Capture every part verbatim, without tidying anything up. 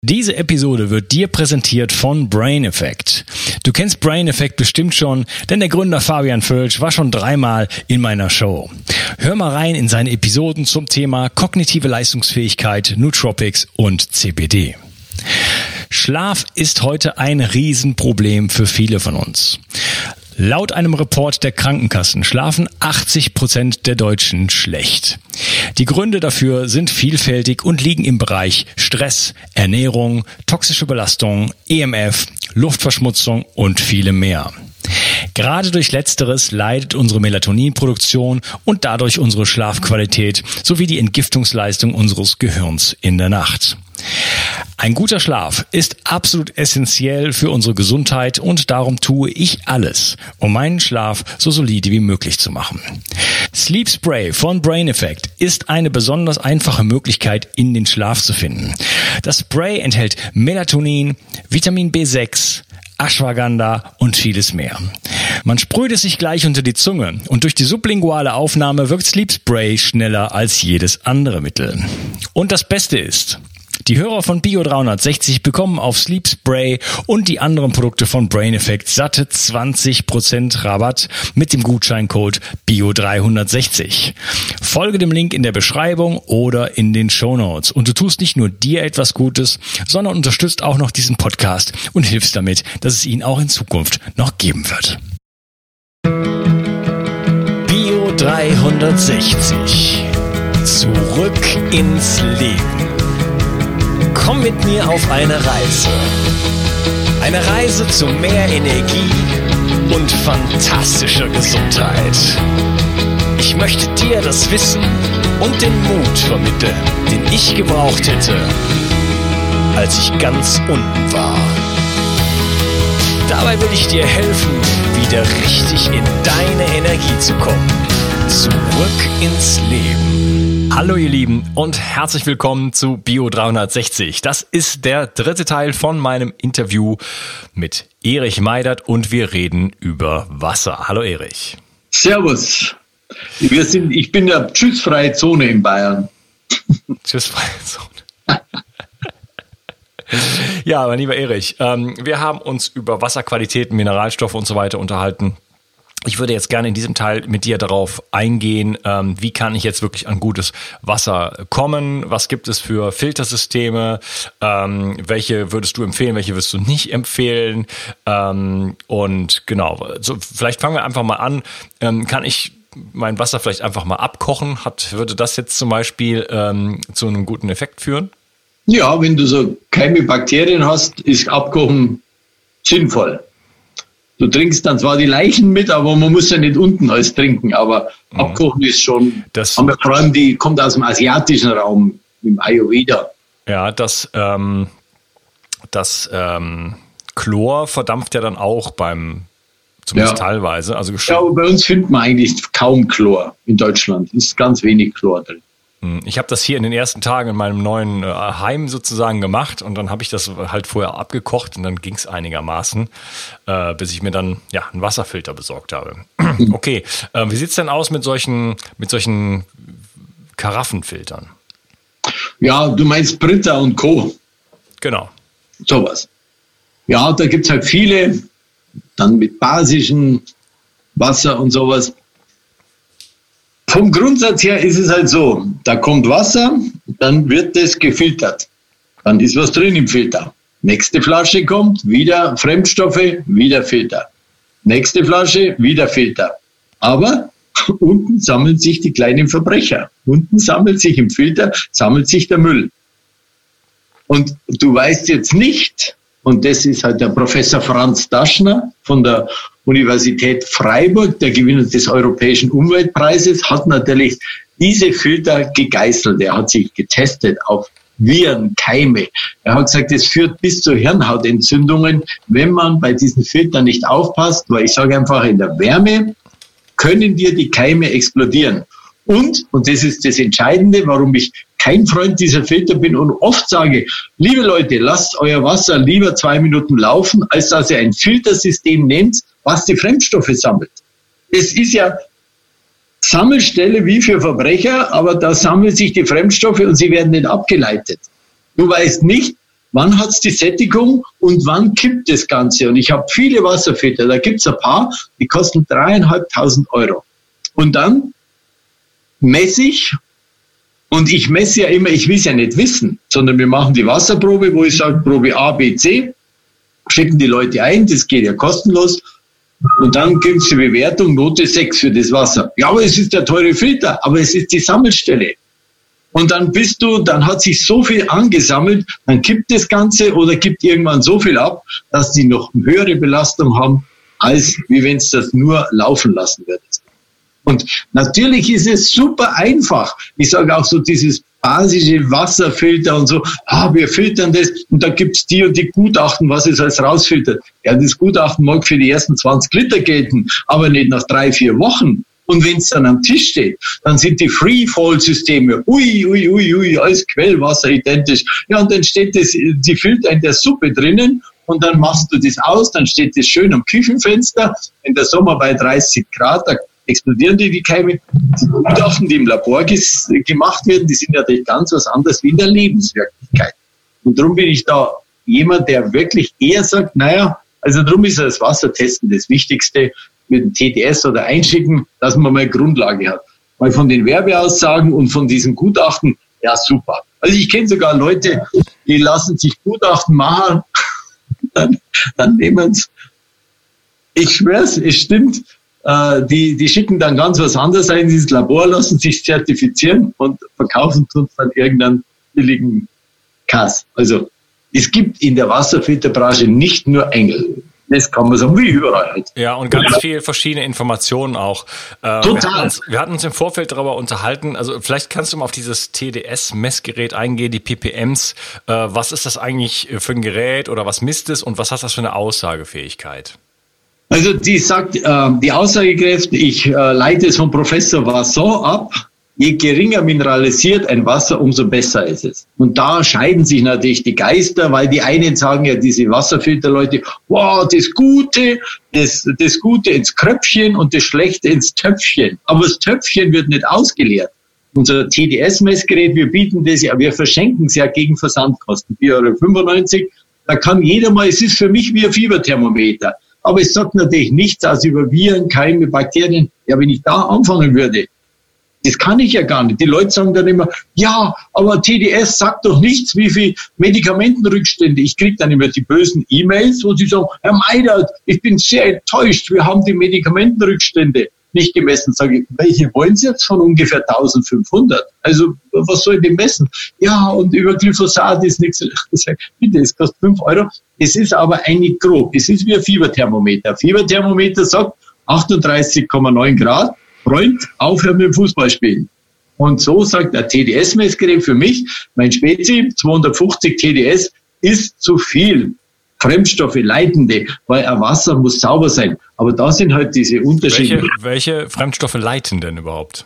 Diese Episode wird dir präsentiert von Brain Effect. Du kennst Brain Effect bestimmt schon, denn der Gründer Fabian Völsch war schon dreimal in meiner Show. Hör mal rein in seine Episoden zum Thema kognitive Leistungsfähigkeit, Nootropics und C B D. Schlaf ist heute ein Riesenproblem für viele von uns. Laut einem Report der Krankenkassen schlafen achtzig Prozent der Deutschen schlecht. Die Gründe dafür sind vielfältig und liegen im Bereich Stress, Ernährung, toxische Belastung, E M F, Luftverschmutzung und viele mehr. Gerade durch Letzteres leidet unsere Melatoninproduktion und dadurch unsere Schlafqualität sowie die Entgiftungsleistung unseres Gehirns in der Nacht. Ein guter Schlaf ist absolut essentiell für unsere Gesundheit und darum tue ich alles, um meinen Schlaf so solide wie möglich zu machen. Sleep Spray von Brain Effect ist eine besonders einfache Möglichkeit, in den Schlaf zu finden. Das Spray enthält Melatonin, Vitamin B sechs, Ashwagandha und vieles mehr. Man sprüht es sich gleich unter die Zunge und durch die sublinguale Aufnahme wirkt Sleep Spray schneller als jedes andere Mittel. Und das Beste ist, die Hörer von Bio dreihundertsechzig bekommen auf Sleep Spray und die anderen Produkte von Brain Effect satte zwanzig Prozent Rabatt mit dem Gutscheincode Bio dreihundertsechzig. Folge dem Link in der Beschreibung oder in den Shownotes und du tust nicht nur dir etwas Gutes, sondern unterstützt auch noch diesen Podcast und hilfst damit, dass es ihn auch in Zukunft noch geben wird. Bio dreihundertsechzig. Zurück ins Leben. Komm mit mir auf eine Reise. Eine Reise zu mehr Energie und fantastischer Gesundheit. Ich möchte dir das Wissen und den Mut vermitteln, den ich gebraucht hätte, als ich ganz unten war. Dabei will ich dir helfen, wieder richtig in deine Energie zu kommen. Zurück ins Leben. Hallo ihr Lieben und herzlich willkommen zu Bio dreihundertsechzig. Das ist der dritte Teil von meinem Interview mit Erich Meidert und wir reden über Wasser. Hallo Erich. Servus. Wir sind, ich bin der tschüssfreie Zone in Bayern. Tschüssfreie Zone. Ja, mein lieber Erich, ähm, wir haben uns über Wasserqualitäten, Mineralstoffe und so weiter unterhalten. Ich würde jetzt gerne in diesem Teil mit dir darauf eingehen, ähm, wie kann ich jetzt wirklich an gutes Wasser kommen? Was gibt es für Filtersysteme? Ähm, welche würdest du empfehlen? Welche würdest du nicht empfehlen? Ähm, und genau, so, vielleicht fangen wir einfach mal an. Ähm, kann ich mein Wasser vielleicht einfach mal abkochen? Hat, würde das jetzt zum Beispiel ähm, zu einem guten Effekt führen? Ja, wenn du so keine Bakterien hast, ist Abkochen sinnvoll. Du trinkst dann zwar die Leichen mit, aber man muss ja nicht unten alles trinken. Aber mhm. Abkochen ist schon, das haben wir vor allem, die kommt aus dem asiatischen Raum, im Ayurveda. Ja, das, ähm, das ähm, Chlor verdampft ja dann auch beim, zumindest ja. teilweise. Also ja, aber bei uns findet man eigentlich kaum Chlor in Deutschland. Ist ganz wenig Chlor drin. Ich habe das hier in den ersten Tagen in meinem neuen Heim sozusagen gemacht und dann habe ich das halt vorher abgekocht und dann ging es einigermaßen, äh, bis ich mir dann ja einen Wasserfilter besorgt habe. Okay, äh, wie sieht's denn aus mit solchen mit solchen Karaffenfiltern? Ja, du meinst Brita und Co. Genau. Sowas. Ja, da gibt's halt viele, dann mit basischem Wasser und sowas. Vom Grundsatz her ist es halt so, da kommt Wasser, dann wird das gefiltert. Dann ist was drin im Filter. Nächste Flasche kommt, wieder Fremdstoffe, wieder Filter. Nächste Flasche, wieder Filter. Aber unten sammeln sich die kleinen Verbrecher. Unten sammelt sich im Filter, sammelt sich der Müll. Und du weißt jetzt nicht, und das ist halt der Professor Franz Daschner von der Universität Freiburg, der Gewinner des Europäischen Umweltpreises, hat natürlich diese Filter gegeißelt. Er hat sich getestet auf Viren, Keime. Er hat gesagt, es führt bis zu Hirnhautentzündungen, wenn man bei diesen Filtern nicht aufpasst, weil ich sage einfach, in der Wärme können dir die Keime explodieren. Und, und das ist das Entscheidende, warum ich kein Freund dieser Filter bin und oft sage, liebe Leute, lasst euer Wasser lieber zwei Minuten laufen, als dass ihr ein Filtersystem nehmt, was die Fremdstoffe sammelt. Es ist ja Sammelstelle wie für Verbrecher, aber da sammeln sich die Fremdstoffe und sie werden nicht abgeleitet. Du weißt nicht, wann hat es die Sättigung und wann kippt das Ganze. Und ich habe viele Wasserfilter, da gibt es ein paar, die kosten dreieinhalbtausend Euro. Und dann messe ich, und ich messe ja immer, ich will es ja nicht wissen, sondern wir machen die Wasserprobe, wo ich sage, Probe A, B, C, schicken die Leute ein, das geht ja kostenlos. Und dann gibt es die Bewertung, Note sechs für das Wasser. Ja, aber es ist der teure Filter, aber es ist die Sammelstelle. Und dann bist du, dann hat sich so viel angesammelt, dann kippt das Ganze oder gibt irgendwann so viel ab, dass die noch eine höhere Belastung haben, als wie wenn es das nur laufen lassen würde. Und natürlich ist es super einfach. Ich sage auch so dieses basische Wasserfilter und so, ah, wir filtern das und da gibt's die und die Gutachten, was es als rausfiltert. Ja, das Gutachten mag für die ersten zwanzig Liter gelten, aber nicht nach drei, vier Wochen. Und wenn es dann am Tisch steht, dann sind die Free-Fall-Systeme, ui, ui, ui, ui, alles Quellwasser identisch. Ja, und dann steht das, die Filter in der Suppe drinnen und dann machst du das aus, dann steht das schön am Küchenfenster, in der Sommer bei dreißig Grad, da explodieren die, die Keime. Die Gutachten, die im Labor ges- gemacht werden, die sind natürlich ganz was anderes wie in der Lebenswirklichkeit. Und darum bin ich da jemand, der wirklich eher sagt, naja, also darum ist das Wassertesten das Wichtigste mit dem T D S oder Einschicken, dass man mal Grundlage hat. Weil von den Werbeaussagen und von diesen Gutachten, ja super. Also ich kenne sogar Leute, die lassen sich Gutachten machen, dann, dann nehmen es. Ich schwör's, es stimmt. Die, die schicken dann ganz was anderes ein ins Labor, lassen sich zertifizieren und verkaufen tun dann irgendeinen billigen Kass. Also es gibt in der Wasserfilterbranche nicht nur Engel. Das kann man sagen, wie überall halt. Ja, und ganz viel verschiedene Informationen auch. Äh, Total. Wir hatten, uns, wir hatten uns im Vorfeld darüber unterhalten, also vielleicht kannst du mal auf dieses T D S-Messgerät eingehen, die P P Ms. Äh, was ist das eigentlich für ein Gerät oder was misst es und was hat das für eine Aussagefähigkeit? Also die sagt, äh, die Aussagekraft, ich äh, leite es von Professor Vasson ab, je geringer mineralisiert ein Wasser, umso besser ist es. Und da scheiden sich natürlich die Geister, weil die einen sagen ja, diese Wasserfilterleute, wow, das Gute, das, das Gute ins Kröpfchen und das Schlechte ins Töpfchen. Aber das Töpfchen wird nicht ausgeleert. Unser T D S-Messgerät, wir bieten das ja, wir verschenken es ja gegen Versandkosten, vier Euro fünfundneunzig. Da kann jeder mal, es ist für mich wie ein Fieberthermometer. Aber es sagt natürlich nichts aus über Viren, Keime, Bakterien. Ja, wenn ich da anfangen würde, das kann ich ja gar nicht. Die Leute sagen dann immer, ja, aber T D S sagt doch nichts, wie viel Medikamentenrückstände. Ich kriege dann immer die bösen E-Mails, wo sie sagen, Herr Meidert, ich bin sehr enttäuscht, wir haben die Medikamentenrückstände nicht gemessen. Sage ich, welche wollen Sie jetzt von ungefähr eintausendfünfhundert? Also, was soll ich denn messen? Ja, und über Glyphosat ist nichts. Bitte, es kostet fünf Euro. Es ist aber eigentlich grob. Es ist wie ein Fieberthermometer. Ein Fieberthermometer sagt achtunddreißig Komma neun Grad. Freund, aufhören mit dem Fußballspielen. Und so sagt ein T D S-Messgerät für mich, mein Spezi, zweihundertfünfzig T D S, ist zu viel. Fremdstoffe, leitende, weil ein Wasser muss sauber sein. Aber da sind halt diese Unterschiede. Welche, welche Fremdstoffe leiten denn überhaupt?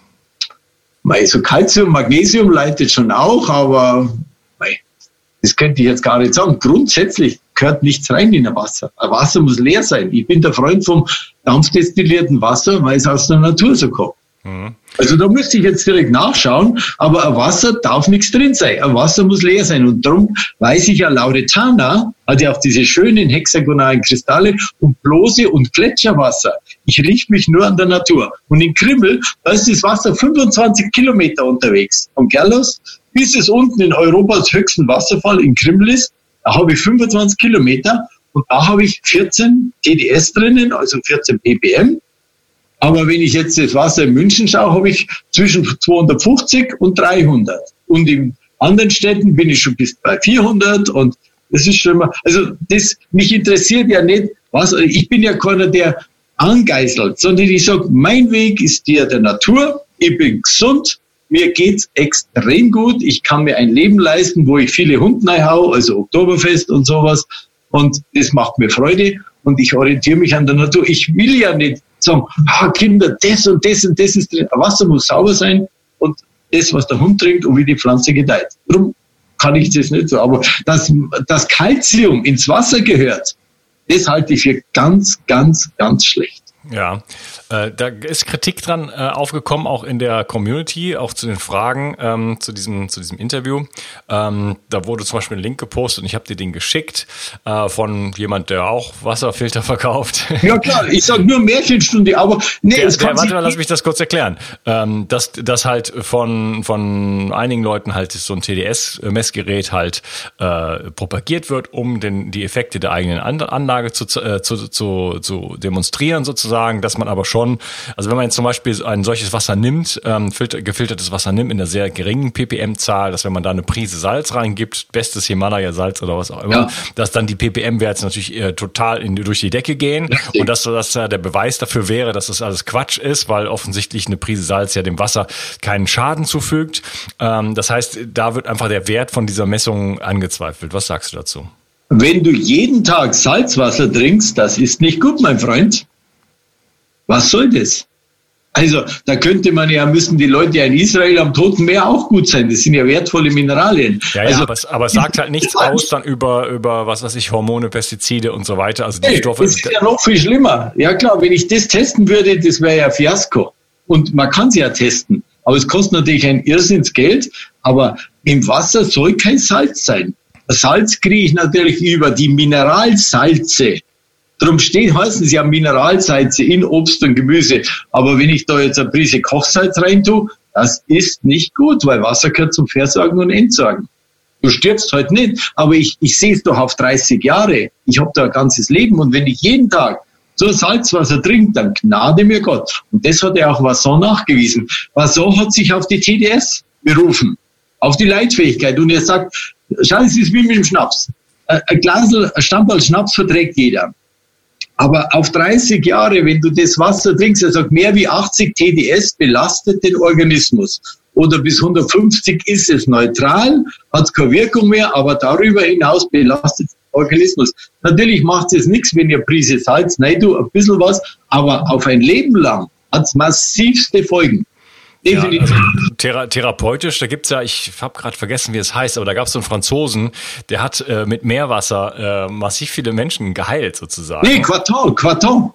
Mei, so Calcium, Magnesium leitet schon auch, aber mei, das könnte ich jetzt gar nicht sagen. Grundsätzlich gehört nichts rein in ein Wasser. Ein Wasser muss leer sein. Ich bin der Freund vom dampfdestillierten Wasser, weil es aus der Natur so kommt. Mhm. Also da müsste ich jetzt direkt nachschauen, aber ein Wasser darf nichts drin sein. Ein Wasser muss leer sein. Und darum weiß ich ja, Lauretana hat ja auch diese schönen hexagonalen Kristalle und Blose und Gletscherwasser. Ich richte mich nur an der Natur. Und in Krimmel, da ist das Wasser fünfundzwanzig Kilometer unterwegs. Von Gerlos bis es unten in Europas höchsten Wasserfall in Krimmel ist, da habe ich fünfundzwanzig Kilometer und da habe ich vierzehn T D S drinnen, also vierzehn ppm. Aber wenn ich jetzt das Wasser in München schaue, habe ich zwischen zweihundertfünfzig und dreihundert. Und in anderen Städten bin ich schon bis bei vierhundert und das ist schon mal, also das, mich interessiert ja nicht, was, ich bin ja keiner, der angeißelt, sondern ich sage, mein Weg ist der der Natur, ich bin gesund, mir geht's extrem gut, ich kann mir ein Leben leisten, wo ich viele Hunde reinhau, also Oktoberfest und sowas und das macht mir Freude und ich orientiere mich an der Natur. Ich will ja nicht sagen, ah, Kinder, das und das und das ist drin. Wasser muss sauber sein und das, was der Hund trinkt und wie die Pflanze gedeiht. Darum kann ich das nicht so. Aber dass das Calcium ins Wasser gehört, das halte ich für ganz, ganz, ganz schlecht. Ja, äh, da ist Kritik dran äh, aufgekommen, auch in der Community, auch zu den Fragen ähm, zu diesem zu diesem Interview. Ähm, da wurde zum Beispiel ein Link gepostet und ich habe dir den geschickt äh, von jemand, der auch Wasserfilter verkauft. Ja klar, ich sage nur Märchenstunde, aber nee, der, es kann der, warte mal, lass mich das kurz erklären. Ähm, dass das halt von von einigen Leuten halt so ein T D S-Messgerät halt äh, propagiert wird, um den die Effekte der eigenen Anlage zu äh, zu, zu zu demonstrieren sozusagen. Dass man aber schon, also wenn man jetzt zum Beispiel ein solches Wasser nimmt, ähm, filter, gefiltertes Wasser nimmt in einer sehr geringen ppm-Zahl, dass wenn man da eine Prise Salz reingibt, bestes Himalaya-Salz oder was auch immer, ja. dass dann die ppm-Werte natürlich äh, total in, durch die Decke gehen Richtig. Und dass das äh, der Beweis dafür wäre, dass das alles Quatsch ist, weil offensichtlich eine Prise Salz ja dem Wasser keinen Schaden zufügt. Ähm, das heißt, da wird einfach der Wert von dieser Messung angezweifelt. Was sagst du dazu? Wenn du jeden Tag Salzwasser trinkst, das ist nicht gut, mein Freund. Was soll das? Also, da könnte man ja, müssen die Leute ja in Israel am Toten Meer auch gut sein. Das sind ja wertvolle Mineralien. Ja, ja, also, aber, es, aber es sagt halt nichts aus dann über, über, was weiß ich, Hormone, Pestizide und so weiter. Also die hey, Stoffe. Das ist ja noch viel schlimmer. Ja klar, wenn ich das testen würde, das wäre ja Fiasko. Und man kann sie ja testen. Aber es kostet natürlich ein Irrsinnsgeld. Aber im Wasser soll kein Salz sein. Das Salz kriege ich natürlich über die Mineralsalze. Darum steht, heißen sie ja Mineralsalze in Obst und Gemüse. Aber wenn ich da jetzt eine Prise Kochsalz rein tue, das ist nicht gut, weil Wasser gehört zum Versorgen und Entsorgen. Du stirbst heute nicht, aber ich, ich sehe es doch auf dreißig Jahre. Ich habe da ein ganzes Leben und wenn ich jeden Tag so Salzwasser trinke, dann gnade mir Gott. Und das hat ja auch Vasson nachgewiesen. Vasson hat sich auf die T D S berufen, auf die Leitfähigkeit. Und er sagt, schau, es ist wie mit dem Schnaps. Ein Glasl, ein Stamperl Schnaps verträgt jeder. Aber auf dreißig Jahre, wenn du das Wasser trinkst, er sagt, mehr wie achtzig T D S belastet den Organismus. Oder bis hundertfünfzig ist es neutral, hat keine Wirkung mehr, aber darüber hinaus belastet den Organismus. Natürlich macht es nichts, wenn ihr Prise Salz, nein, du, ein bisschen was, aber auf ein Leben lang hat es massivste Folgen. Ja, also thera- therapeutisch, da gibt's ja, ich habe gerade vergessen, wie es heißt, aber da gab es so einen Franzosen, der hat äh, mit Meerwasser äh, massiv viele Menschen geheilt sozusagen. Nee, Quarton, Quarton.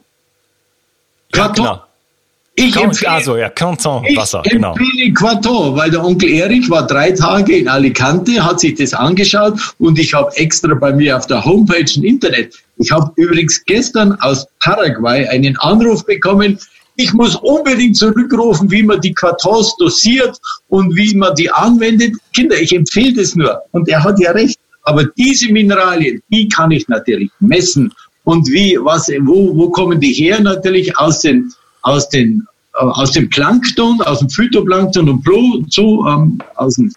Quarton. Ja, genau. Ich Quant- empfehle, also ja, Canton Wasser, genau. Ich empfehle Quarton, weil der Onkel Erich war drei Tage in Alicante, hat sich das angeschaut und ich habe extra bei mir auf der Homepage im Internet, ich habe übrigens gestern aus Paraguay einen Anruf bekommen, ich muss unbedingt zurückrufen, wie man die Quartons dosiert und wie man die anwendet. Kinder, ich empfehle das nur. Und er hat ja recht. Aber diese Mineralien, die kann ich natürlich messen. Und wie, was, wo, wo kommen die her? Natürlich aus den, aus den, äh, aus dem Plankton, aus dem Phytoplankton und Pro, so, ähm, aus dem,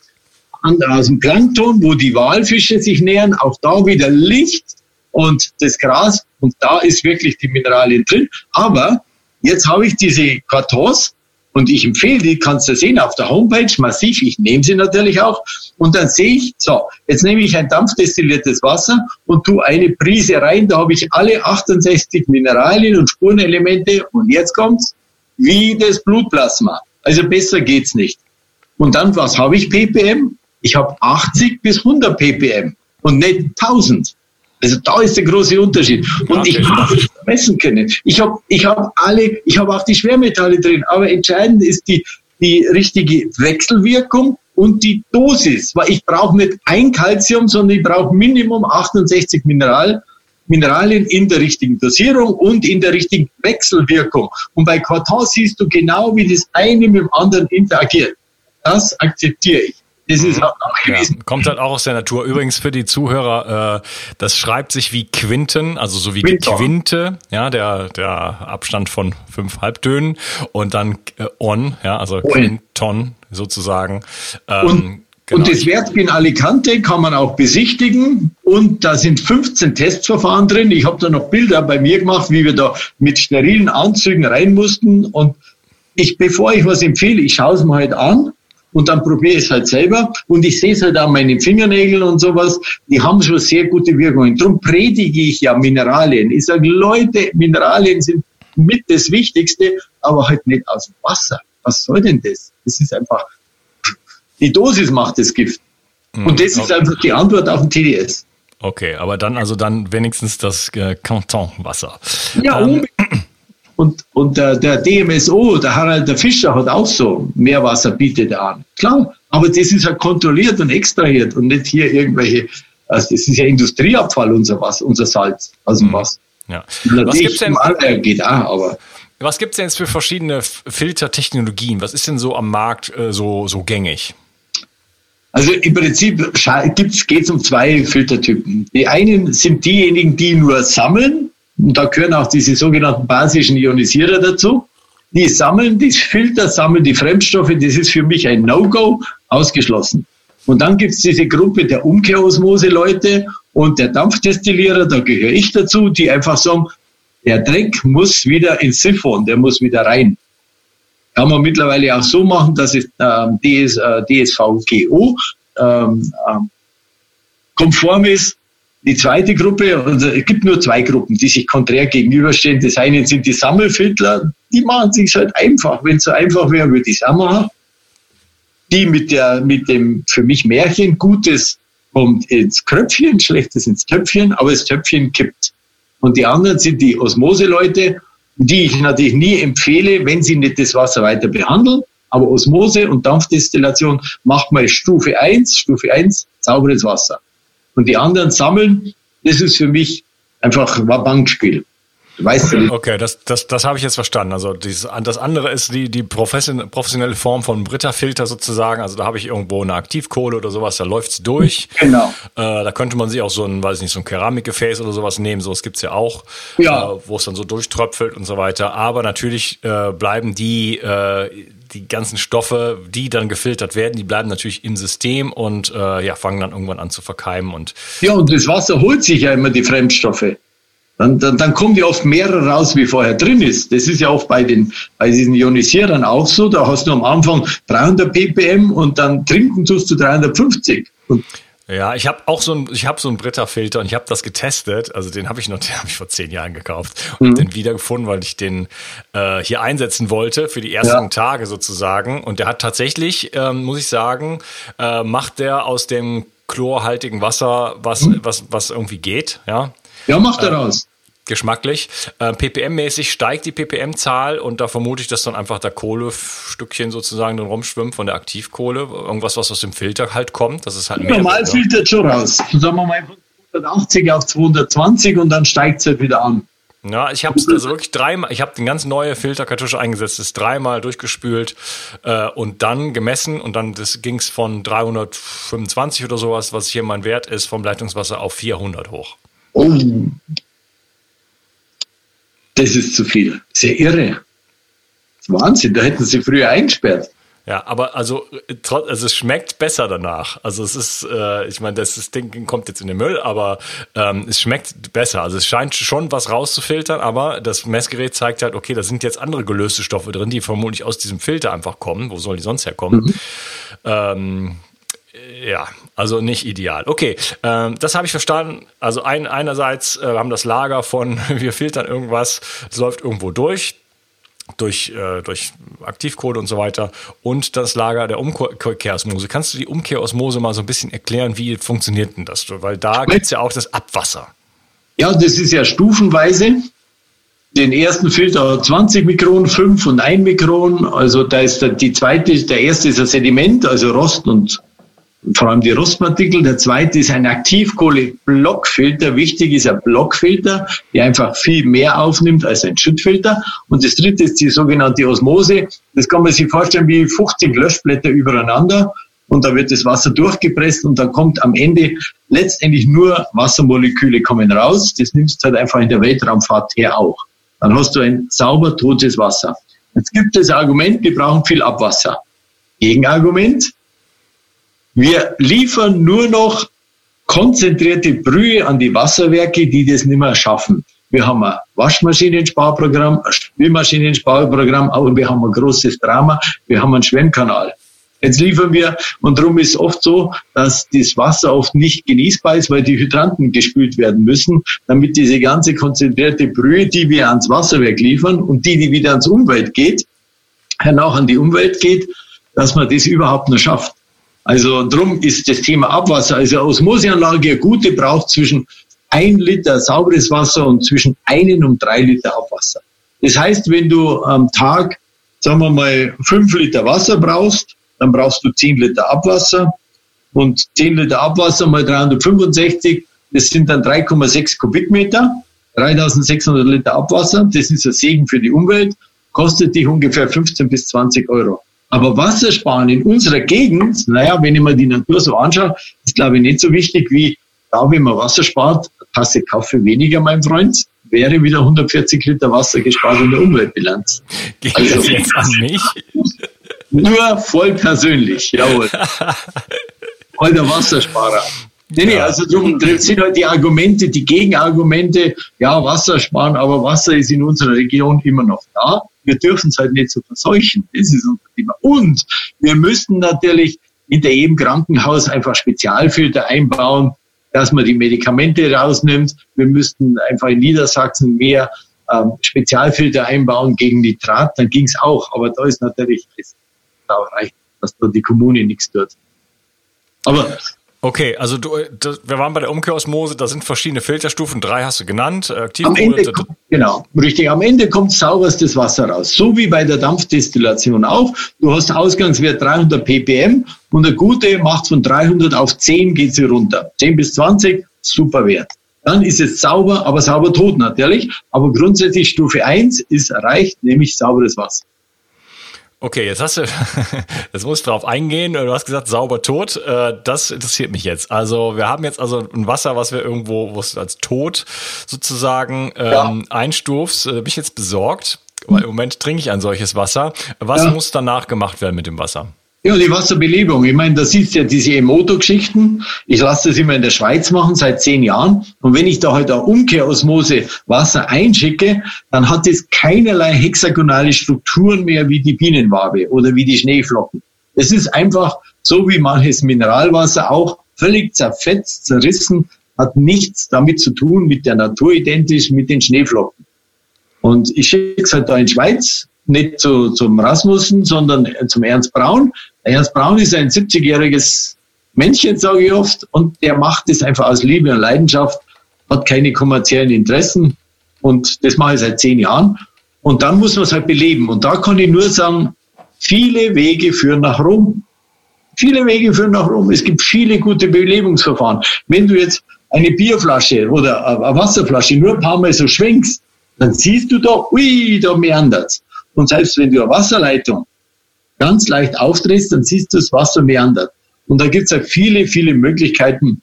aus dem Plankton, wo die Walfische sich nähern. Auch da wieder Licht und das Gras. Und da ist wirklich die Mineralien drin. Aber jetzt habe ich diese Quartons und ich empfehle die, kannst du sehen auf der Homepage, massiv, ich nehme sie natürlich auch und dann sehe ich, so, jetzt nehme ich ein dampfdestilliertes Wasser und tue eine Prise rein, da habe ich alle achtundsechzig Mineralien und Spurenelemente und jetzt kommt's, wie das Blutplasma. Also besser geht's nicht. Und dann, was habe ich ppm? Ich habe achtzig bis hundert ppm und nicht tausend. Also da ist der große Unterschied. Und okay. Ich habe es messen können. Ich habe ich hab alle, ich habe auch die Schwermetalle drin. Aber entscheidend ist die, die richtige Wechselwirkung und die Dosis. Weil ich brauche nicht ein Calcium, sondern ich brauche Minimum achtundsechzig Mineral, Mineralien in der richtigen Dosierung und in der richtigen Wechselwirkung. Und bei Quarton siehst du genau, wie das eine mit dem anderen interagiert. Das akzeptiere ich. Das ist auch ja, kommt halt auch aus der Natur. Übrigens für die Zuhörer, äh, das schreibt sich wie Quinten, also so wie die Quinte, ja, der der Abstand von fünf Halbtönen und dann äh, on, ja, also Quinton sozusagen. Ähm, und, genau. und das Werk in Alicante kann man auch besichtigen und da sind fünfzehn Testverfahren drin. Ich habe da noch Bilder bei mir gemacht, wie wir da mit sterilen Anzügen rein mussten und ich, bevor ich was empfehle, ich schaue es mir halt an. Und dann probiere ich es halt selber. Und ich sehe es halt an meinen Fingernägeln und sowas. Die haben schon sehr gute Wirkungen. Darum predige ich ja Mineralien. Ich sage, Leute, Mineralien sind mit das Wichtigste, aber halt nicht aus dem Wasser. Was soll denn das? Das ist einfach, die Dosis macht das Gift. Und das ist einfach die Antwort auf den T D S. Okay, aber dann also dann wenigstens das äh, Canton-Wasser. Ja, ähm, Und, und der, der D M S O, der Harald der Fischer, hat auch so Meerwasser bietet er an. Klar, aber das ist ja kontrolliert und extrahiert und nicht hier irgendwelche, also das ist ja Industrieabfall, unser Wasser, unser Salz aus dem Wasser. Ja. Was gibt's denn? Mal, geht auch, aber. Was gibt's denn jetzt für verschiedene Filtertechnologien? Was ist denn so am Markt äh, so, so gängig? Also im Prinzip geht es um zwei Filtertypen. Die einen sind diejenigen, die nur sammeln, und da gehören auch diese sogenannten basischen Ionisierer dazu. Die sammeln, die Filter sammeln die Fremdstoffe, das ist für mich ein No-Go, ausgeschlossen. Und dann gibt es diese Gruppe der Umkehrosmose-Leute und der Dampfdestillierer, da gehöre ich dazu, die einfach sagen, der Dreck muss wieder ins Siphon, der muss wieder rein. Kann man mittlerweile auch so machen, dass es ähm, D S, äh, D S V G O ähm, ähm, konform ist. Die zweite Gruppe, also es gibt nur zwei Gruppen, die sich konträr gegenüberstehen. Das eine sind die Sammelfiltler, die machen sich halt einfach. Wenn es so einfach wäre, würde ich es auch machen. Die mit der, mit dem für mich Märchen Gutes kommt ins Kröpfchen, Schlechtes ins Töpfchen, aber das Töpfchen kippt. Und die anderen sind die Osmose-Leute, die ich natürlich nie empfehle, wenn sie nicht das Wasser weiter behandeln. Aber Osmose und Dampfdestillation macht mal Stufe eins, Stufe eins, sauberes Wasser. Und die anderen sammeln, das ist für mich einfach ein Bankspiel. Weißt du nicht. Okay, das, das, das habe ich jetzt verstanden. Also dieses, das andere ist die, die professionelle Form von Brita-Filter sozusagen. Also da habe ich irgendwo eine Aktivkohle oder sowas, da läuft's durch. Genau. Äh, da könnte man sich auch so ein, weiß nicht, so ein Keramikgefäß oder sowas nehmen. Sowas gibt's ja auch, ja. äh, wo es dann so durchtröpfelt und so weiter. Aber natürlich äh, bleiben die, äh, die ganzen Stoffe, die dann gefiltert werden, die bleiben natürlich im System und äh, ja, fangen dann irgendwann an zu verkeimen. Und ja, und das Wasser holt sich ja immer die Fremdstoffe. Dann, dann, dann kommen ja oft mehrere raus, wie vorher drin ist. Das ist ja oft bei den, bei diesen Ionisierern auch so. Da hast du am Anfang dreihundert ppm und dann trinken tust du dreihundertfünfzig. Und ja, ich habe auch so ein, ich habe so einen Brita-Filter und ich habe das getestet. Also den habe ich noch, den habe ich vor zehn Jahren gekauft und mhm. den wiedergefunden, weil ich den äh, hier einsetzen wollte für die ersten ja. Tage sozusagen. Und der hat tatsächlich, ähm, muss ich sagen, äh, macht der aus dem chlorhaltigen Wasser was, mhm. was, was irgendwie geht, ja. Ja, macht er raus. Äh, geschmacklich. Äh, ppm-mäßig steigt die ppm-Zahl und da vermute ich, dass dann einfach der Kohlestückchen sozusagen dann rumschwimmt von der Aktivkohle. Irgendwas, was aus dem Filter halt kommt. Das ist halt mehr. Normal filtert schon raus. Sagen wir mal von hundertachtzig auf zweihundertzwanzig und dann steigt es halt wieder an. Ja, ich habe es also wirklich dreimal, ich habe den ganz neue Filterkartusche eingesetzt, ist dreimal durchgespült äh, und dann gemessen und dann ging es von dreihundertfünfundzwanzig oder sowas, was hier mein Wert ist, vom Leitungswasser auf vierhundert hoch. Oh, das ist zu viel. Sehr irre. Das ist Wahnsinn, da hätten sie früher eingesperrt. Ja, aber also, also es schmeckt besser danach. Also es ist, äh, ich meine, das, das Ding kommt jetzt in den Müll, aber ähm, es schmeckt besser. Also es scheint schon was rauszufiltern, aber das Messgerät zeigt halt, okay, da sind jetzt andere gelöste Stoffe drin, die vermutlich aus diesem Filter einfach kommen. Wo sollen die sonst herkommen? Mhm. Ähm, Ja, also nicht ideal. Okay, ähm, das habe ich verstanden. Also ein, einerseits äh, haben das Lager von, wir filtern irgendwas, es läuft irgendwo durch, durch, äh, durch Aktivkohle und so weiter und das Lager der Umkehrosmose. Kannst du die Umkehrosmose mal so ein bisschen erklären, wie funktioniert denn das? Weil da gibt es ja auch das Abwasser. Ja, das ist ja stufenweise. Den ersten Filter hat zwanzig Mikron, fünf und ein Mikron. Also da ist der, die zweite, der erste ist ein Sediment, also Rost und vor allem die Rostpartikel. Der zweite ist ein Aktivkohle-Blockfilter. Wichtig ist ein Blockfilter, der einfach viel mehr aufnimmt als ein Schüttfilter. Und das dritte ist die sogenannte Osmose. Das kann man sich vorstellen wie fünfzig Löschblätter übereinander. Und da wird das Wasser durchgepresst und dann kommt am Ende letztendlich nur Wassermoleküle kommen raus. Das nimmst du halt einfach in der Weltraumfahrt her auch. Dann hast du ein sauber totes Wasser. Jetzt gibt es Argument, wir brauchen viel Abwasser. Gegenargument: Wir liefern nur noch konzentrierte Brühe an die Wasserwerke, die das nicht mehr schaffen. Wir haben ein Waschmaschinensparprogramm, ein Spülmaschinensparprogramm, aber wir haben ein großes Drama, wir haben einen Schwemmkanal. Jetzt liefern wir, und darum ist es oft so, dass das Wasser oft nicht genießbar ist, weil die Hydranten gespült werden müssen, damit diese ganze konzentrierte Brühe, die wir ans Wasserwerk liefern und die, die wieder ans Umwelt geht, hernach an die Umwelt geht, dass man das überhaupt noch schafft. Also drum ist das Thema Abwasser, also Osmoseanlage, eine gute, braucht zwischen ein Liter sauberes Wasser und zwischen einen und drei Liter Abwasser. Das heißt, wenn du am Tag, sagen wir mal, fünf Liter Wasser brauchst, dann brauchst du zehn Liter Abwasser. Und zehn Liter Abwasser mal dreihundertfünfundsechzig, das sind dann drei Komma sechs Kubikmeter, dreitausendsechshundert Liter Abwasser. Das ist ein Segen für die Umwelt, kostet dich ungefähr fünfzehn bis zwanzig Euro. Aber Wassersparen in unserer Gegend, naja, wenn ich mir die Natur so anschaue, ist, glaube ich, nicht so wichtig wie da, wenn man Wasser spart, eine Tasse Kaffee weniger, mein Freund, wäre wieder hundertvierzig Liter Wasser gespart in der Umweltbilanz. Geht also, das jetzt an mich? Nur voll persönlich, jawohl. Alter Wassersparer. Nee, nee, also drum sind halt die Argumente, die Gegenargumente, ja, Wasser sparen, aber Wasser ist in unserer Region immer noch da. Wir dürfen es halt nicht so verseuchen. Das ist unser Thema. Und wir müssten natürlich hinter jedem Krankenhaus einfach Spezialfilter einbauen, dass man die Medikamente rausnimmt. Wir müssten einfach in Niedersachsen mehr ähm, Spezialfilter einbauen gegen Nitrat. Dann ging es auch. Aber da ist natürlich, da reicht, dass da die Kommune nichts tut. Aber okay, also du, das, wir waren bei der Umkehrosmose, da sind verschiedene Filterstufen, drei hast du genannt. Aktiv am Ende kommt, genau, richtig, am Ende kommt sauberstes Wasser raus, so wie bei der Dampfdestillation auch. Du hast Ausgangswert dreihundert ppm und der Gute macht von dreihundert auf zehn geht sie runter. zehn bis zwanzig, super Wert. Dann ist es sauber, aber sauber tot natürlich. Aber grundsätzlich Stufe eins ist erreicht, nämlich sauberes Wasser. Okay, jetzt hast du, jetzt muss ich drauf eingehen. Du hast gesagt, sauber tot. Das interessiert mich jetzt. Also wir haben jetzt also ein Wasser, was wir irgendwo, wo es als tot sozusagen ja. ähm, einstufst. Bin ich jetzt besorgt, weil im Moment trinke ich ein solches Wasser. Was ja. muss danach gemacht werden mit dem Wasser? Ja, die Wasserbelebung. Ich meine, da siehst du ja diese Emoto-Geschichten. Ich lasse das immer in der Schweiz machen, seit zehn Jahren. Und wenn ich da halt eine Umkehrosmose Wasser einschicke, dann hat es keinerlei hexagonale Strukturen mehr wie die Bienenwabe oder wie die Schneeflocken. Es ist einfach so wie manches Mineralwasser auch völlig zerfetzt, zerrissen, hat nichts damit zu tun mit der Natur identisch mit den Schneeflocken. Und ich schicke es halt da in die Schweiz, nicht zu, zum Rasmussen, sondern zum Ernst Braun. Der Ernst Braun ist ein siebzigjähriges Männchen, sage ich oft, und der macht es einfach aus Liebe und Leidenschaft, hat keine kommerziellen Interessen und das mache ich seit zehn Jahren. Und dann muss man es halt beleben. Und da kann ich nur sagen, viele Wege führen nach Rom. Viele Wege führen nach Rom. Es gibt viele gute Belebungsverfahren. Wenn du jetzt eine Bierflasche oder eine Wasserflasche nur ein paar Mal so schwenkst, dann siehst du da, ui, da meandert's. Und selbst wenn du eine Wasserleitung ganz leicht aufdrehst, dann siehst du, das Wasser meandert. Und da gibt es halt viele, viele Möglichkeiten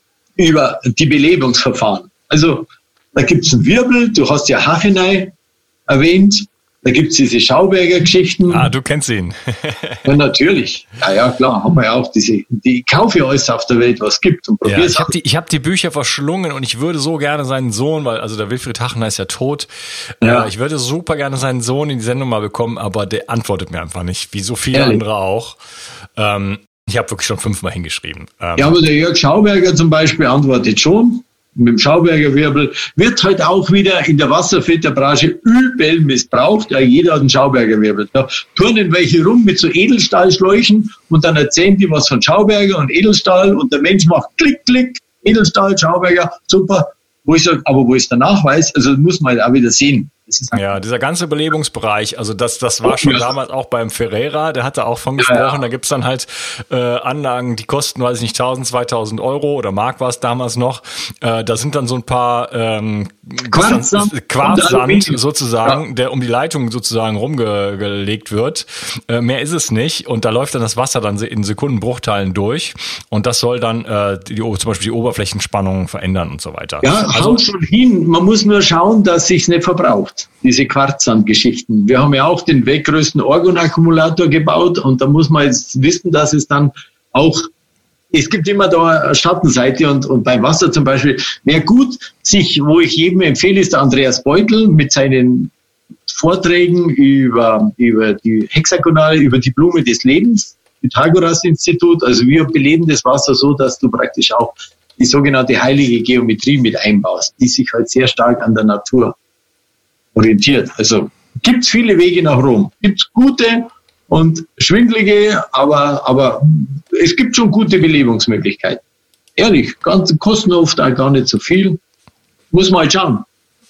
über die Belebungsverfahren. Also da gibt es einen Wirbel, du hast ja Hachenei erwähnt, da gibt es diese Schauberger Geschichten. Ah, du kennst ihn. Ja, natürlich. Ja, ja, klar, haben wir ja auch diese, die kaufe ja alles auf der Welt, was es gibt. Und ja, ich habe die, ich hab die Bücher verschlungen und ich würde so gerne seinen Sohn, weil, also der Wilfried Hachenei ist ja tot, ja. Äh, ich würde super gerne seinen Sohn in die Sendung mal bekommen, aber der antwortet mir einfach nicht, wie so viele Ehrlich? andere auch. Ähm, ich habe wirklich schon fünfmal hingeschrieben. Ähm, ja, aber der Jörg Schauberger zum Beispiel antwortet schon. Mit dem Schauberger Wirbel, wird halt auch wieder in der Wasserfilterbranche übel missbraucht. Ja, jeder hat einen Schauberger Wirbel. Da turnen welche rum mit so Edelstahlschläuchen und dann erzählen die was von Schauberger und Edelstahl und der Mensch macht Klick, Klick, Edelstahl, Schauberger, super. Wo ich sage, aber wo ist der Nachweis? Also muss man halt auch wieder sehen. Das ist ja, dieser ganze Belebungsbereich, also das, das war schon ja. damals auch beim Ferreira, der hatte auch von gesprochen, ja, ja. da gibt's dann halt äh, Anlagen, die kosten, weiß ich nicht, tausend, zweitausend Euro oder Mark war es damals noch. Äh, da sind dann so ein paar ähm, Quarzsand, Quarzsand sozusagen, ja. der um die Leitung sozusagen rumgelegt wird. Äh, mehr ist es nicht und da läuft dann das Wasser dann in Sekundenbruchteilen durch und das soll dann äh, die, zum Beispiel die Oberflächenspannung verändern und so weiter. Ja, also, haut schon hin. Man muss nur schauen, dass sich's nicht verbraucht. Diese Quarzsandgeschichten. Wir haben ja auch den weltgrößten Orgon-Akkumulator gebaut und da muss man jetzt wissen, dass es dann auch, es gibt immer da eine Schattenseite und, und beim Wasser zum Beispiel, wer gut sich, wo ich jedem empfehle, ist der Andreas Beutel mit seinen Vorträgen über, über die Hexagonale, über die Blume des Lebens, Pythagoras-Institut, also wir beleben das Wasser so, dass du praktisch auch die sogenannte heilige Geometrie mit einbaust, die sich halt sehr stark an der Natur orientiert. Also gibt es viele Wege nach Rom. Gibt es gute und schwindelige, aber, aber es gibt schon gute Belebungsmöglichkeiten. Ehrlich, ganz, kosten oft auch gar nicht so viel. Muss man halt schauen.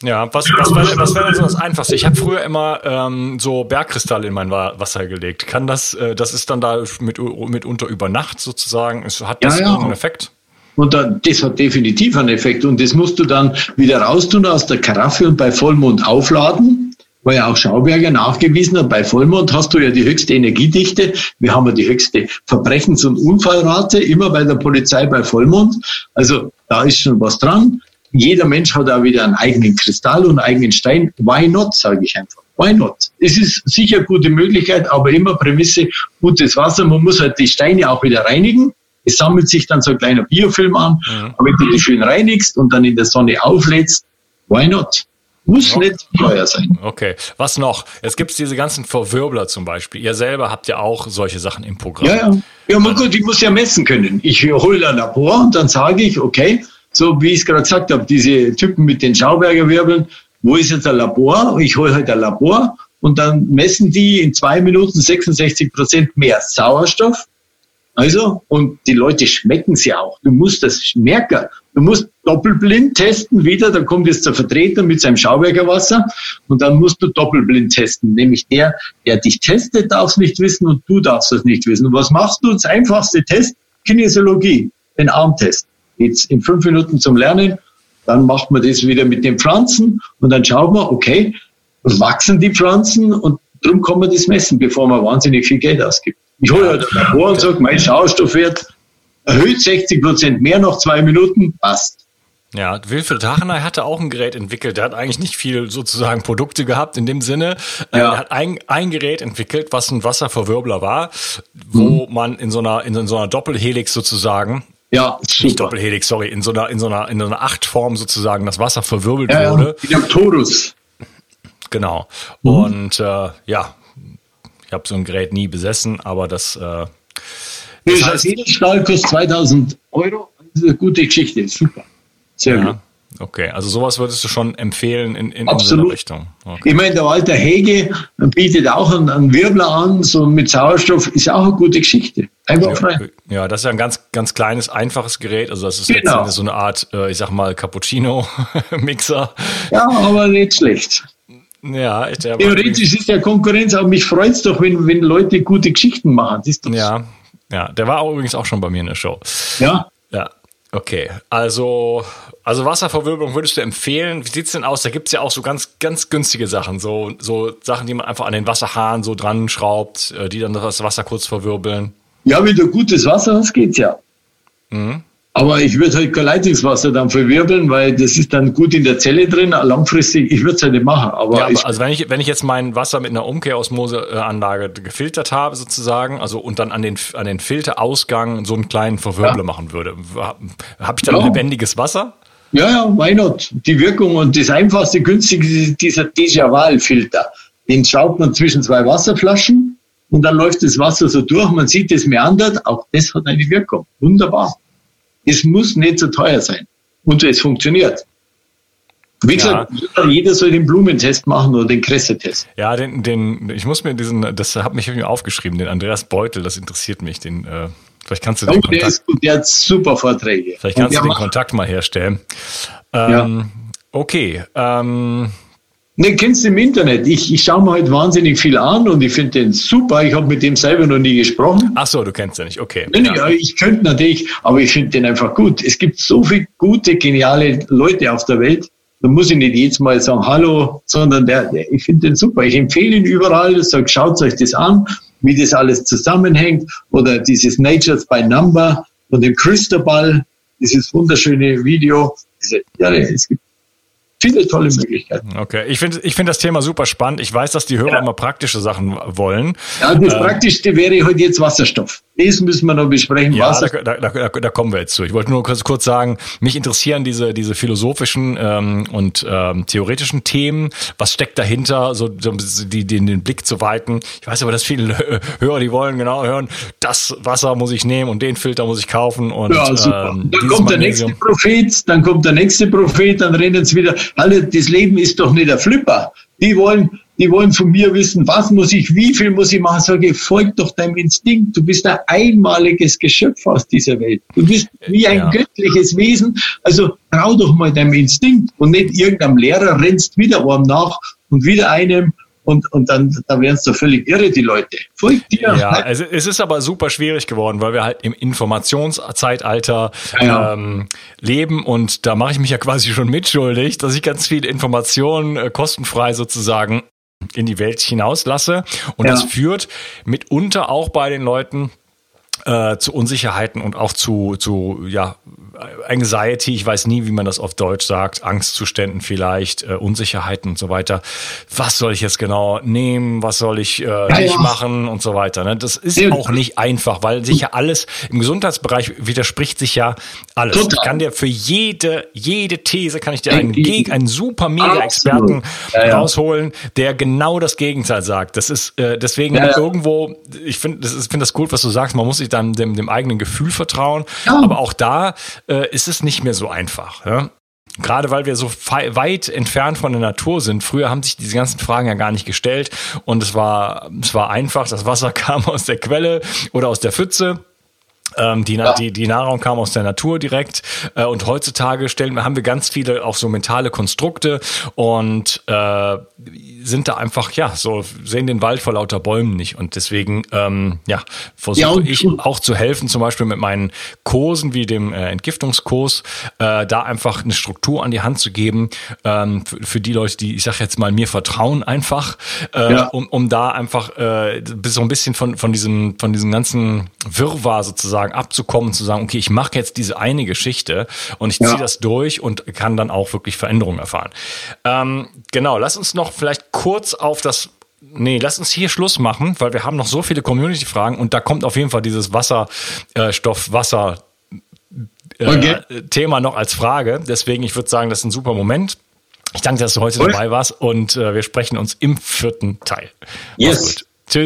Ja, was, was wäre was wär denn so das Einfachste? Ich habe früher immer ähm, so Bergkristalle in mein Wasser gelegt. Kann das, äh, das ist dann da mit, mitunter über Nacht sozusagen, es, hat das ja, ja. einen Effekt? Und dann, das hat definitiv einen Effekt. Und das musst du dann wieder raustun aus der Karaffe und bei Vollmond aufladen, weil ja auch Schauberger nachgewiesen hat, bei Vollmond hast du ja die höchste Energiedichte. Wir haben ja die höchste Verbrechens- und Unfallrate, immer bei der Polizei bei Vollmond. Also da ist schon was dran. Jeder Mensch hat auch wieder einen eigenen Kristall und einen eigenen Stein. Why not, sage ich einfach. Why not? Es ist sicher eine gute Möglichkeit, aber immer Prämisse, gutes Wasser. Man muss halt die Steine auch wieder reinigen. Es sammelt sich dann so ein kleiner Biofilm an. Mhm. Aber wenn du die schön reinigst und dann in der Sonne auflädst, why not? Muss ja. nicht teuer sein. Okay. Was noch? Jetzt gibt es diese ganzen Verwirbler zum Beispiel. Ihr selber habt ja auch solche Sachen im Programm. Ja, ja. Ja, man gut, ich muss ja messen können. Ich hole ein Labor und dann sage ich, okay, so wie ich es gerade gesagt habe, diese Typen mit den Schauberger Wirbeln, wo ist jetzt ein Labor? Ich hole halt ein Labor und dann messen die in zwei Minuten sechsundsechzig Prozent mehr Sauerstoff. Also, und die Leute schmecken sie auch. Du musst das merken. Du musst doppelblind testen wieder. Da kommt jetzt der Vertreter mit seinem Schauberger Wasser und dann musst du doppelblind testen. Nämlich der, der dich testet, darf es nicht wissen und du darfst es nicht wissen. Und was machst du? Das einfachste Test, Kinesiologie, den Armtest. Jetzt in fünf Minuten zum Lernen, dann macht man das wieder mit den Pflanzen und dann schaut man, okay, wachsen die Pflanzen und darum kann man das messen, bevor man wahnsinnig viel Geld ausgibt. Ich hole halt ein Labor und sage, mein Sauerstoffwert erhöht sechzig Prozent mehr nach zwei Minuten, passt. Ja, Wilfried Hachenay hatte auch ein Gerät entwickelt. Der hat eigentlich nicht viel sozusagen Produkte gehabt in dem Sinne. Ja. Er hat ein, ein Gerät entwickelt, was ein Wasserverwirbler war, wo mhm. man in so einer, in so einer Doppelhelix sozusagen Ja, super. Nicht Doppelhelix, sorry, in so einer, in so einer, in so einer Achtform sozusagen das Wasser verwirbelt ja, wurde. Ja, wie der Torus. Genau. Mhm. Und äh, ja, ich habe so ein Gerät nie besessen, aber das. Äh, das das heißt, jeder Stahl kostet zweitausend Euro. Das ist eine gute Geschichte, super. Sehr ja. gut. Okay, also sowas würdest du schon empfehlen in, in Absolut. unserer Richtung. Okay. Ich meine, der Walter Hege bietet auch einen, einen Wirbler an, so mit Sauerstoff, ist auch eine gute Geschichte. Einfach frei. Ja, ja, das ist ja ein ganz, ganz kleines, einfaches Gerät. Also das ist genau. letztendlich so eine Art, äh, ich sag mal, Cappuccino-Mixer. Ja, aber nicht schlecht. Ja, ich, der Theoretisch ist der Konkurrenz, aber mich freut es doch, wenn, wenn Leute gute Geschichten machen. Das ist doch ja, ja, der war übrigens auch schon bei mir in der Show. Ja? Ja. Okay, also, also Wasserverwirbelung würdest du empfehlen. Wie sieht's denn aus? Da gibt's ja auch so ganz, ganz günstige Sachen. So, so Sachen, die man einfach an den Wasserhahn so dran schraubt, die dann das Wasser kurz verwirbeln. Ja, wenn du gutes Wasser hast, geht's ja. Mhm. Aber ich würde halt kein Leitungswasser dann verwirbeln, weil das ist dann gut in der Zelle drin, langfristig. Ich würde es halt nicht machen. Aber, ja, aber ich, also wenn ich, wenn ich jetzt mein Wasser mit einer Umkehrosmoseanlage gefiltert habe sozusagen, also und dann an den, an den Filterausgang so einen kleinen Verwirbler ja. machen würde, habe ich dann ja. lebendiges Wasser? Ja, ja, why not? Die Wirkung und das einfachste, günstigste ist dieser Dejaval-Filter. Den schraubt man zwischen zwei Wasserflaschen und dann läuft das Wasser so durch, man sieht, es meandert. Auch das hat eine Wirkung. Wunderbar. Es muss nicht so teuer sein. Und es funktioniert. Wie gesagt, ja. jeder soll den Blumentest machen oder den Kresse-Test. Ja, den, den, ich muss mir diesen, das hat mich irgendwie aufgeschrieben, den Andreas Beutel, das interessiert mich. Den, äh, vielleicht kannst du den oh, Kontakt, der ist gut, der hat super Vorträge. Vielleicht kannst du den Kontakt mal herstellen. Ähm, ja. Okay. Ähm, Ne, kennst du im Internet? Ich, ich schaue mir halt wahnsinnig viel an und ich finde den super. Ich habe mit dem selber noch nie gesprochen. Ach so, du kennst den nicht, okay. Nee, ja. nee, ich könnte natürlich, aber ich finde den einfach gut. Es gibt so viele gute, geniale Leute auf der Welt. Da muss ich nicht jedes Mal sagen, hallo, sondern der, der ich finde den super. Ich empfehle ihn überall, sage, schaut euch das an, wie das alles zusammenhängt. Oder dieses Nature's by Number von dem Cristobal, dieses wunderschöne Video. Ja, es gibt viele tolle Möglichkeiten. Okay, ich finde ich finde das Thema super spannend. Ich weiß, dass die Hörer ja. immer praktische Sachen wollen. Ja, das ähm, Praktischste wäre heute jetzt Wasserstoff. Das müssen wir noch besprechen. Ja, da, da, da, da kommen wir jetzt zu. Ich wollte nur kurz, kurz sagen, mich interessieren diese diese philosophischen ähm, und ähm, theoretischen Themen. Was steckt dahinter, so, so die, die, den Blick zu weiten. Ich weiß aber, dass viele Hörer, die wollen genau hören, das Wasser muss ich nehmen und den Filter muss ich kaufen. Und, ja, super. Ähm, dann kommt der nächste Prophet, dann kommt der nächste Prophet, dann rennen sie wieder. Alle, das Leben ist doch nicht ein Flipper. Die wollen die wollen von mir wissen, was muss ich, wie viel muss ich machen. Sage ich, folg doch deinem Instinkt. Du bist ein einmaliges Geschöpf aus dieser Welt. Du bist wie ein ja. göttliches Wesen. Also trau doch mal deinem Instinkt und nicht irgendeinem Lehrer rennst wieder einem nach und wieder einem. Und, und dann, da werden es doch völlig irre, die Leute. Folgt dir. Ja, also es ist aber super schwierig geworden, weil wir halt im Informationszeitalter ja, ja. Ähm, leben und da mache ich mich ja quasi schon mitschuldig, dass ich ganz viele Informationen äh, kostenfrei sozusagen in die Welt hinauslasse. Und ja. das führt mitunter auch bei den Leuten äh, zu Unsicherheiten und auch zu, zu ja, Anxiety, ich weiß nie, wie man das auf Deutsch sagt, Angstzuständen vielleicht, äh, Unsicherheiten und so weiter. Was soll ich jetzt genau nehmen? Was soll ich äh, ja, nicht ja. machen und so weiter? Ne? Das ist ja. auch nicht einfach, weil sich ja alles, im Gesundheitsbereich widerspricht sich ja alles. Total. Ich kann dir für jede, jede These kann ich dir einen, Geg- einen super Mega-Experten ja, ja. rausholen, der genau das Gegenteil sagt. Das ist äh, deswegen ja, ja. irgendwo, ich finde das, ist, find das cool, was du sagst, man muss sich dann dem, dem eigenen Gefühl vertrauen, ja. aber auch da äh, ist es nicht mehr so einfach. Ja? Gerade weil wir so fe- weit entfernt von der Natur sind. Früher haben sich diese ganzen Fragen ja gar nicht gestellt und es war, es war einfach, das Wasser kam aus der Quelle oder aus der Pfütze. Ähm, die, ja. die, die Nahrung kam aus der Natur direkt äh, und heutzutage stellen, haben wir ganz viele auch so mentale Konstrukte und äh, sind da einfach, ja, so sehen den Wald vor lauter Bäumen nicht und deswegen, ähm, ja, versuche ja, ich auch zu helfen, zum Beispiel mit meinen Kursen wie dem äh, Entgiftungskurs, äh, da einfach eine Struktur an die Hand zu geben, ähm, für, für die Leute, die, ich sag jetzt mal, mir vertrauen einfach, äh, ja. um, um da einfach äh, so ein bisschen von, von diesem, von diesem ganzen Wirrwarr sozusagen abzukommen, zu sagen, okay, ich mache jetzt diese eine Geschichte und ich ziehe ja. das durch und kann dann auch wirklich Veränderungen erfahren. Ähm, genau, lass uns noch vielleicht kurz auf das, nee, lass uns hier Schluss machen, weil wir haben noch so viele Community-Fragen und da kommt auf jeden Fall dieses Wasserstoff, Wasser äh, okay. Thema noch als Frage. Deswegen, ich würde sagen, das ist ein super Moment. Ich danke, dass du heute Cool. dabei warst und äh, wir sprechen uns im vierten Teil. Yes. Tschüss.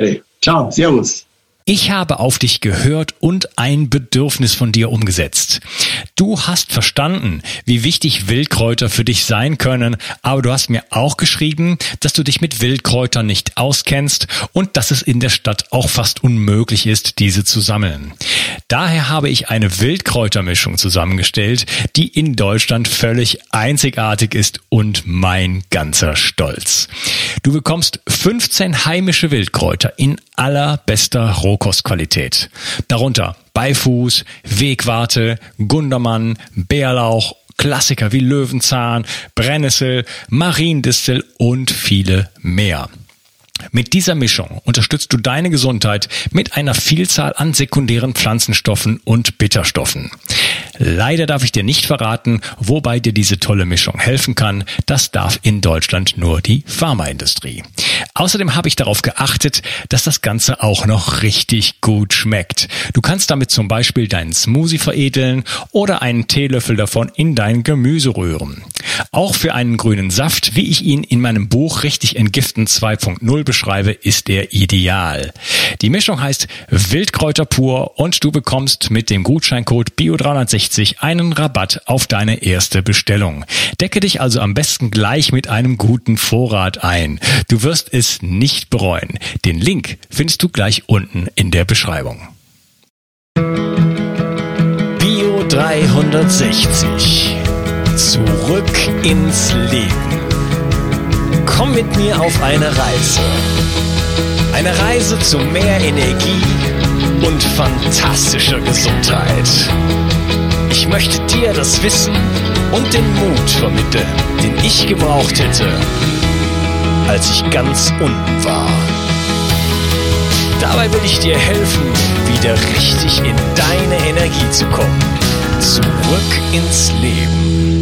Ciao, servus. Ich habe auf dich gehört und ein Bedürfnis von dir umgesetzt. Du hast verstanden, wie wichtig Wildkräuter für dich sein können, aber du hast mir auch geschrieben, dass du dich mit Wildkräutern nicht auskennst und dass es in der Stadt auch fast unmöglich ist, diese zu sammeln. Daher habe ich eine Wildkräutermischung zusammengestellt, die in Deutschland völlig einzigartig ist und mein ganzer Stolz. Du bekommst fünfzehn heimische Wildkräuter in allerbester Rohkostqualität. Darunter Beifuß, Wegwarte, Gundermann, Bärlauch, Klassiker wie Löwenzahn, Brennnessel, Mariendistel und viele mehr. Mit dieser Mischung unterstützt du deine Gesundheit mit einer Vielzahl an sekundären Pflanzenstoffen und Bitterstoffen. Leider darf ich dir nicht verraten, wobei dir diese tolle Mischung helfen kann. Das darf in Deutschland nur die Pharmaindustrie. Außerdem habe ich darauf geachtet, dass das Ganze auch noch richtig gut schmeckt. Du kannst damit zum Beispiel deinen Smoothie veredeln oder einen Teelöffel davon in dein Gemüse rühren. Auch für einen grünen Saft, wie ich ihn in meinem Buch Richtig Entgiften zwei Punkt null beschreibe, ist er ideal. Die Mischung heißt Wildkräuter pur und du bekommst mit dem Gutscheincode Bio dreihundertsechzig einen Rabatt auf deine erste Bestellung. Decke dich also am besten gleich mit einem guten Vorrat ein. Du wirst es nicht bereuen. Den Link findest du gleich unten in der Beschreibung. Bio dreihundertsechzig. Zurück ins Leben. Komm mit mir auf eine Reise. Eine Reise zu mehr Energie und fantastischer Gesundheit. Ich möchte dir das Wissen und den Mut vermitteln, den ich gebraucht hätte, als ich ganz unten war. Dabei will ich dir helfen, wieder richtig in deine Energie zu kommen. Zurück ins Leben.